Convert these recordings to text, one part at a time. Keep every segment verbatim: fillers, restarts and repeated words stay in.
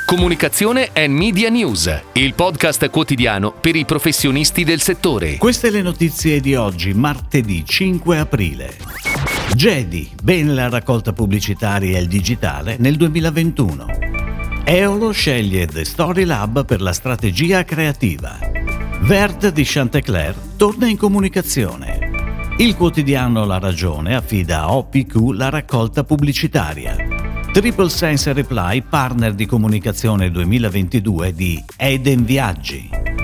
Comunicazione and Media News, il podcast quotidiano per i professionisti del settore. Queste le notizie di oggi, martedì cinque aprile. Gedi, bene la raccolta pubblicitaria e il digitale nel duemilaventuno. Eolo sceglie The Story Lab per la strategia creativa. Vert di Chantecler torna in comunicazione. Il quotidiano La Ragione affida a O P Q la raccolta pubblicitaria. Triple Sense Reply, partner di comunicazione duemilaventidue di Eden Viaggi.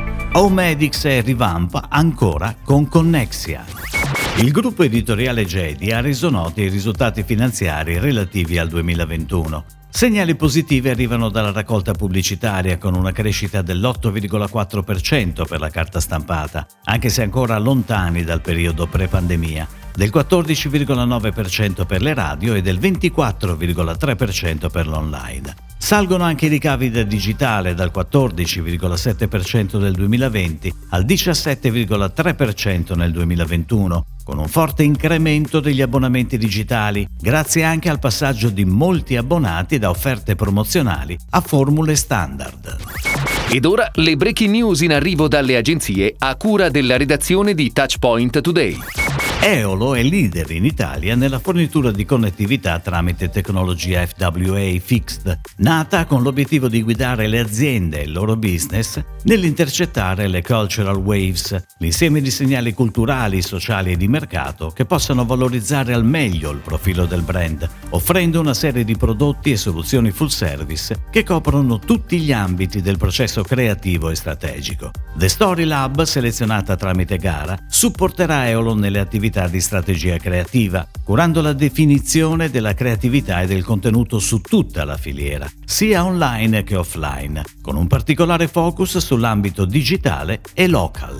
Omedics e Revamp ancora con Connexia. Il gruppo editoriale Gedi ha reso noti i risultati finanziari relativi al duemilaventuno. Segnali positivi arrivano dalla raccolta pubblicitaria con una crescita dell'otto virgola quattro per cento per la carta stampata, anche se ancora lontani dal periodo pre-pandemia, del quattordici virgola nove per cento per le radio e del ventiquattro virgola tre per cento per l'online. Salgono anche i ricavi del digitale dal quattordici virgola sette per cento del duemilaventi al diciassette virgola tre per cento nel duemilaventuno, con un forte incremento degli abbonamenti digitali, grazie anche al passaggio di molti abbonati da offerte promozionali a formule standard. Ed ora le breaking news in arrivo dalle agenzie a cura della redazione di Touchpoint Today. Eolo è leader in Italia nella fornitura di connettività tramite tecnologia F W A Fixed, nata con l'obiettivo di guidare le aziende e il loro business nell'intercettare le cultural waves, l'insieme di segnali culturali, sociali e di mercato che possano valorizzare al meglio il profilo del brand, offrendo una serie di prodotti e soluzioni full service che coprono tutti gli ambiti del processo creativo e strategico. The Story Lab, selezionata tramite gara, supporterà Eolo nelle attività di strategia creativa, curando la definizione della creatività e del contenuto su tutta la filiera, sia online che offline, con un particolare focus sull'ambito digitale e local.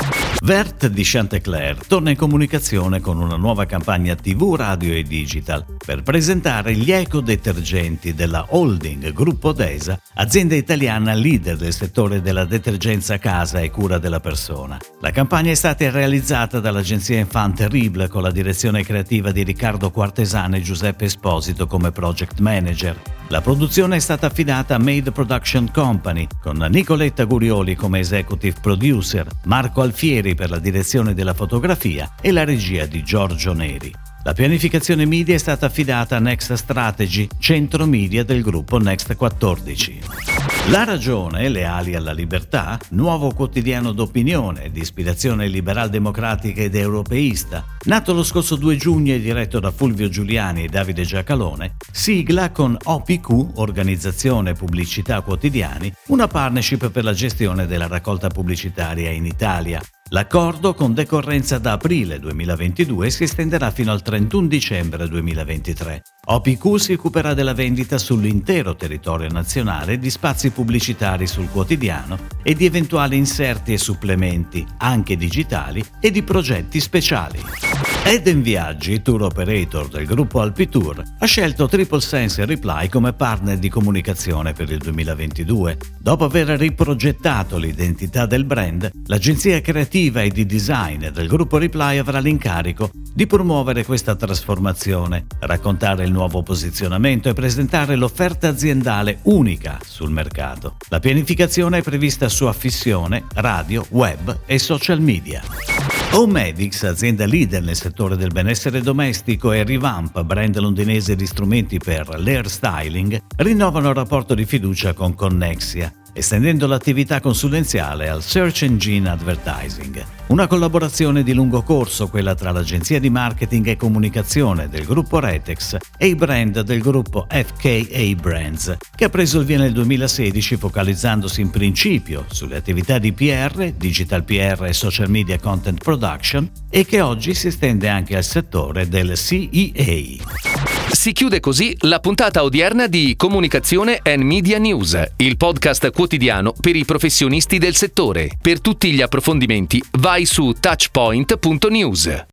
Vert di Chantecler torna in comunicazione con una nuova campagna tivù, radio e digital per presentare gli ecodetergenti della holding Gruppo Desa, azienda italiana leader del settore della detergenza casa e cura della persona. La campagna è stata realizzata dall'agenzia Enfant Terrible con la direzione creativa di Riccardo Quartesana e Giuseppe Esposito come project manager. La produzione è stata affidata a Made Production Company, con Nicoletta Gurioli come executive producer, Marco Alfieri per la direzione della fotografia e la regia di Giorgio Neri. La pianificazione media è stata affidata a Next Strategy, centro media del gruppo Next quattordici. La Ragione, le ali alla libertà, nuovo quotidiano d'opinione di ispirazione liberal-democratica ed europeista, nato lo scorso due giugno e diretto da Fulvio Giuliani e Davide Giacalone, sigla con O P Q, Organizzazione Pubblicità Quotidiani, una partnership per la gestione della raccolta pubblicitaria in Italia. L'accordo, con decorrenza da aprile duemilaventidue, si estenderà fino al trentuno dicembre duemilaventitré. O P Q si occuperà della vendita sull'intero territorio nazionale di spazi pubblicitari sul quotidiano e di eventuali inserti e supplementi, anche digitali, e di progetti speciali. Eden Viaggi, tour operator del gruppo Alpitour, ha scelto Triple Sense Reply come partner di comunicazione per il duemilaventidue. Dopo aver riprogettato l'identità del brand, l'agenzia creativa e di design del gruppo Reply avrà l'incarico di promuovere questa trasformazione, raccontare il nuovo posizionamento e presentare l'offerta aziendale unica sul mercato. La pianificazione è prevista su affissione, radio, web e social media. Omedics, azienda leader nel settore del benessere domestico, e Revamp, brand londinese di strumenti per l'hair styling, rinnovano il rapporto di fiducia con Connexia, estendendo l'attività consulenziale al Search Engine Advertising. Una collaborazione di lungo corso, quella tra l'agenzia di marketing e comunicazione del gruppo Retex e i brand del gruppo F K A Brands, che ha preso il via nel duemilasedici focalizzandosi in principio sulle attività di P R, Digital P R e Social Media Content Production, e che oggi si estende anche al settore del C E A. Si chiude così la puntata odierna di Comunicazione and Media News, il podcast quotidiano per i professionisti del settore. Per tutti gli approfondimenti vai su touchpoint punto news.